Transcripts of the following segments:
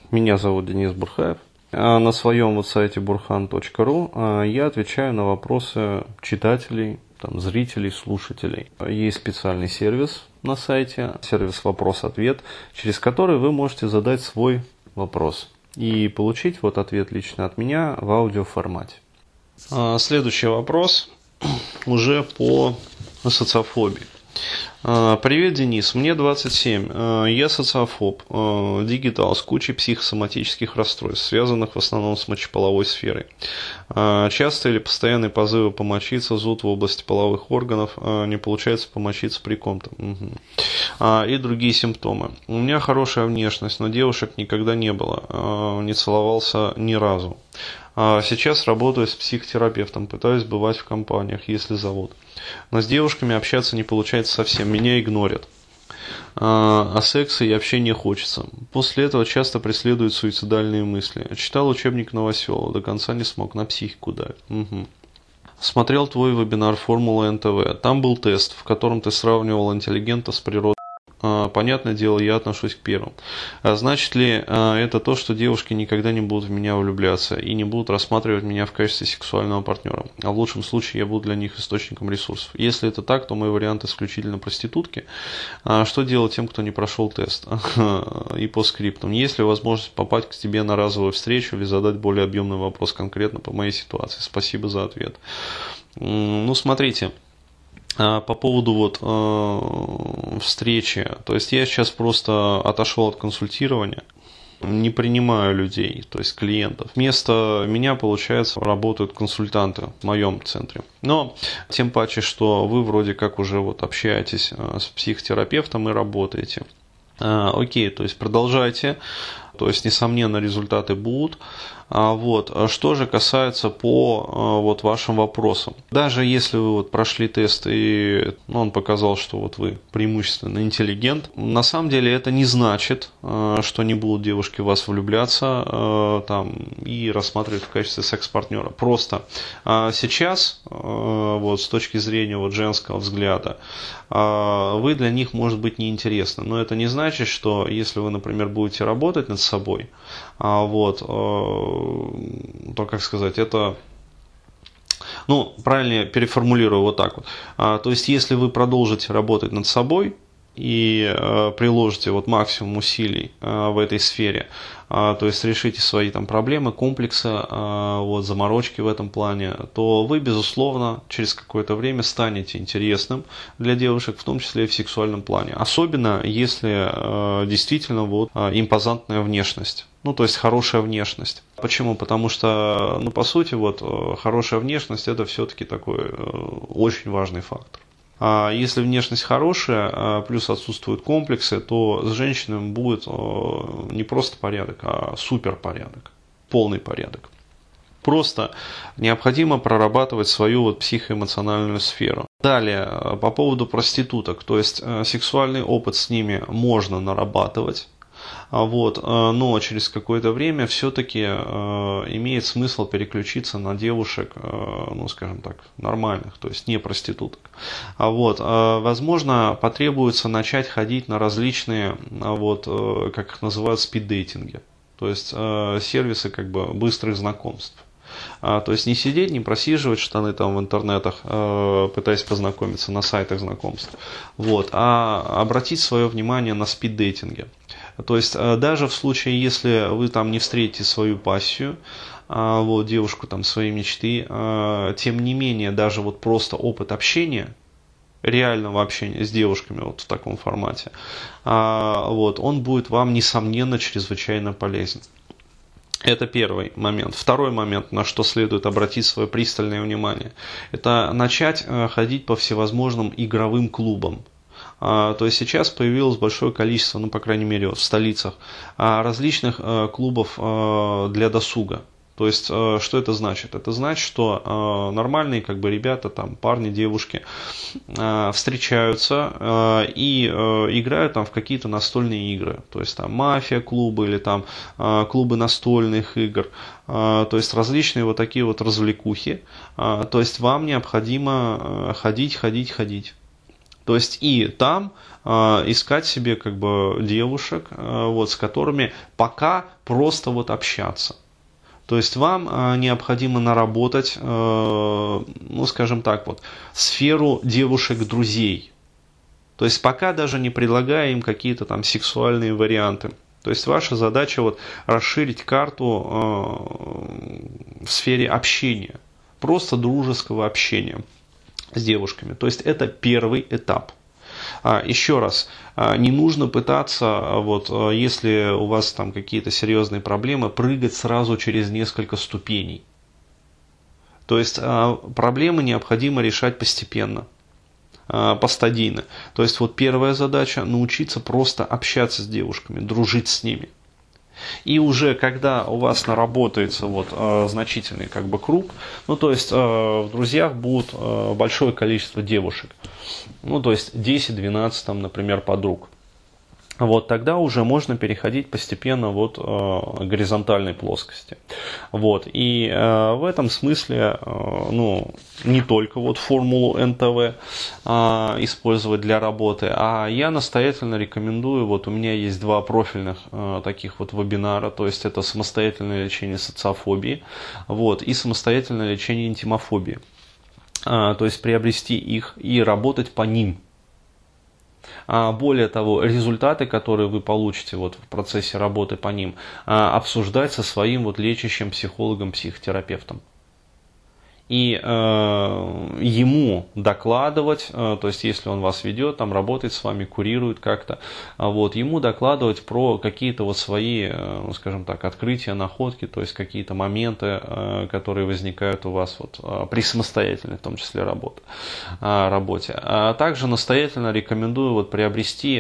Меня зовут Денис Бурхаев. На своем сайте burhan.ru я отвечаю на вопросы читателей, зрителей, слушателей. Есть специальный сервис на сайте, сервис «Вопрос-ответ», через который вы можете задать свой вопрос и получить ответ лично от меня в аудиоформате. Следующий вопрос уже по социофобии. Привет, Денис. Мне 27. Я социофоб, дигитал с кучей психосоматических расстройств, связанных в основном с мочеполовой сферой. Частые или постоянные позывы помочиться, зуд в области половых органов, не получается помочиться при ком-то. И другие симптомы. У меня хорошая внешность, но девушек никогда не было. Не целовался ни разу. Сейчас работаю с психотерапевтом, пытаюсь бывать в компаниях, если зовут. Но с девушками общаться не получается совсем, меня игнорят. А секса и общения хочется. После этого часто преследуют суицидальные мысли. Читал учебник Новоселова, до конца не смог, на психику давит. Смотрел твой вебинар «Формула НТВ». Там был тест, в котором ты сравнивал интеллигента с природой. Понятное дело, я отношусь к первым. Значит ли это то, что девушки никогда не будут в меня влюбляться и не будут рассматривать меня в качестве сексуального партнера? А в лучшем случае я буду для них источником ресурсов. Если это так, то мой вариант исключительно проститутки. Что делать тем, кто не прошел тест? И по скриптам. Есть ли возможность попасть к тебе на разовую встречу или задать более объемный вопрос конкретно по моей ситуации? Спасибо за ответ. Смотрите. По поводу встречи, то есть я сейчас просто отошел от консультирования, не принимаю людей, то есть клиентов. Вместо меня, получается, работают консультанты в моем центре. Но тем паче, что вы вроде как уже общаетесь с психотерапевтом и работаете. Окей, то есть продолжайте, то есть несомненно результаты будут. Что же касается по вашим вопросам. Даже если вы прошли тест и он показал, что вы преимущественно интеллигент, на самом деле это не значит, что не будут девушки в вас влюбляться и рассматривать в качестве секс-партнера. Просто сейчас, с точки зрения женского взгляда, вы для них, может быть, неинтересны. Но это не значит, что если вы, например, будете работать над собой, то, как сказать, это, правильно переформулирую так. То есть, если вы продолжите работать над собой и приложите максимум усилий в этой сфере, то есть решите свои проблемы, комплексы, заморочки в этом плане, то вы, безусловно, через какое-то время станете интересным для девушек, в том числе и в сексуальном плане. Особенно, если действительно импозантная внешность. То есть хорошая внешность. Почему? Потому что, по сути, хорошая внешность – это все-таки такой очень важный фактор. А если внешность хорошая, плюс отсутствуют комплексы, то с женщинами будет не просто порядок, а супер порядок, полный порядок. Просто необходимо прорабатывать свою психоэмоциональную сферу. Далее, по поводу проституток, то есть сексуальный опыт с ними можно нарабатывать. Но через какое-то время все-таки имеет смысл переключиться на девушек, скажем так, нормальных, то есть не проституток. Возможно, потребуется начать ходить на различные, как их называют, спид-дейтинги, то есть сервисы быстрых знакомств. То есть не сидеть, не просиживать штаны в интернетах, пытаясь познакомиться на сайтах знакомств, а обратить свое внимание на спид-дейтинге. То есть даже в случае, если вы не встретите свою пассию, девушку своей мечты, тем не менее, даже просто опыт общения, реального общения с девушками в таком формате, он будет вам, несомненно, чрезвычайно полезен. Это первый момент. Второй момент, на что следует обратить свое пристальное внимание, это начать ходить по всевозможным игровым клубам. То есть сейчас появилось большое количество, по крайней мере в столицах, различных клубов для досуга. То есть, что это значит? Это значит, что нормальные ребята, парни, девушки встречаются и играют в какие-то настольные игры. То есть, мафия-клубы или клубы настольных игр. То есть, различные такие развлекухи. То есть, вам необходимо ходить. То есть и там искать себе как бы девушек, вот, с которыми пока просто вот общаться. То есть вам необходимо наработать, ну скажем так, вот, сферу девушек-друзей. То есть пока даже не предлагая им какие-то там сексуальные варианты. То есть ваша задача вот расширить карту в сфере общения, просто дружеского общения с девушками. То есть это первый этап. Еще раз, не нужно пытаться, вот, если у вас там какие-то серьезные проблемы, прыгать сразу через несколько ступеней. То есть проблемы необходимо решать постепенно, постадийно. То есть вот первая задача — научиться просто общаться с девушками, дружить с ними. И уже когда у вас наработается вот, значительный как бы круг, ну то есть в друзьях будет большое количество девушек, ну то есть 10-12 там, например, подруг. Вот тогда уже можно переходить постепенно вот, к горизонтальной плоскости. Вот. И в этом смысле ну, не только вот формулу НТВ использовать для работы, а я настоятельно рекомендую, вот у меня есть 2 профильных таких вот вебинара, то есть это самостоятельное лечение социофобии, вот, и самостоятельное лечение интимофобии. То есть приобрести их и работать по ним. Более того, результаты, которые вы получите вот в процессе работы по ним, обсуждать со своим вот лечащим психологом, психотерапевтом. И ему докладывать, то есть если он вас ведет, там работает с вами, курирует как-то, вот, ему докладывать про какие-то вот свои, ну, скажем так, открытия, находки, то есть какие-то моменты, которые возникают у вас вот, при самостоятельной, в том числе, работе. Также настоятельно рекомендую вот приобрести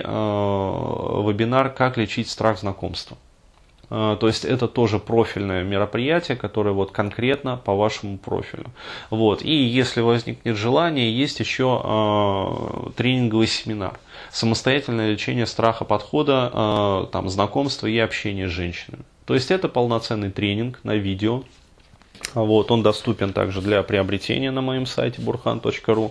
вебинар «Как лечить страх знакомства». То есть это тоже профильное мероприятие, которое вот конкретно по вашему профилю. Вот. И если возникнет желание, есть еще тренинговый семинар. Самостоятельное лечение страха подхода, там, знакомства и общения с женщинами. То есть это полноценный тренинг на видео. Вот, он доступен также для приобретения на моем сайте burhan.ru,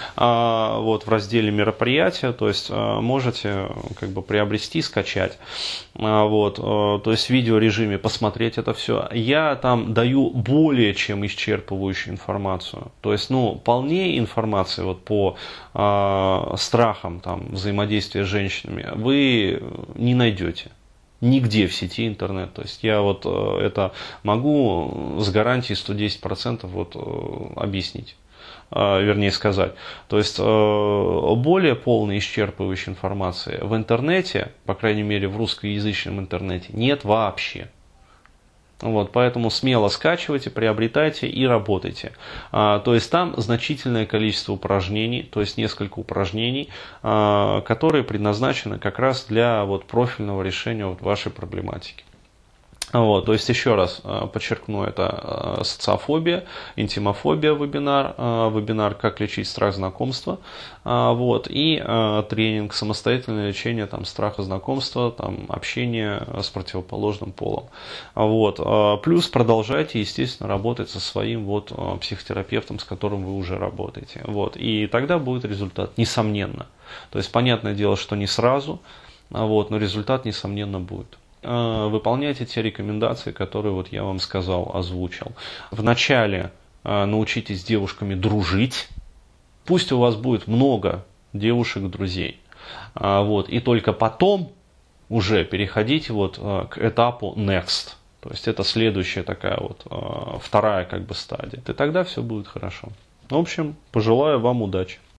вот, в разделе мероприятия, то есть можете как бы приобрести, скачать, вот, то есть в видеорежиме посмотреть это все. Я там даю более чем исчерпывающую информацию, то есть, ну, полнее информации вот по страхам там, взаимодействия с женщинами вы не найдете. Нигде в сети интернет. То есть я вот это могу с гарантией 110% вот объяснить, вернее сказать. То есть более полной исчерпывающей информации в интернете, по крайней мере в русскоязычном интернете, нет вообще. Вот, поэтому смело скачивайте, приобретайте и работайте. То есть там значительное количество упражнений, то есть несколько упражнений, которые предназначены как раз для вот, профильного решения вот, вашей проблематики. Вот, то есть еще раз подчеркну, это социофобия, интимофобия вебинар «Как лечить страх знакомства», вот, и тренинг «Самостоятельное лечение там, страха знакомства, там, общения с противоположным полом». Вот, плюс продолжайте, естественно, работать со своим вот, психотерапевтом, с которым вы уже работаете. Вот, и тогда будет результат, несомненно. То есть понятное дело, что не сразу, вот, но результат, несомненно, будет. Выполняйте те рекомендации, которые вот я вам сказал, озвучил. Вначале научитесь с девушками дружить. Пусть у вас будет много девушек-друзей. Вот, и только потом уже переходите вот к этапу next. То есть это следующая такая вот вторая как бы стадия. И тогда все будет хорошо. В общем, пожелаю вам удачи.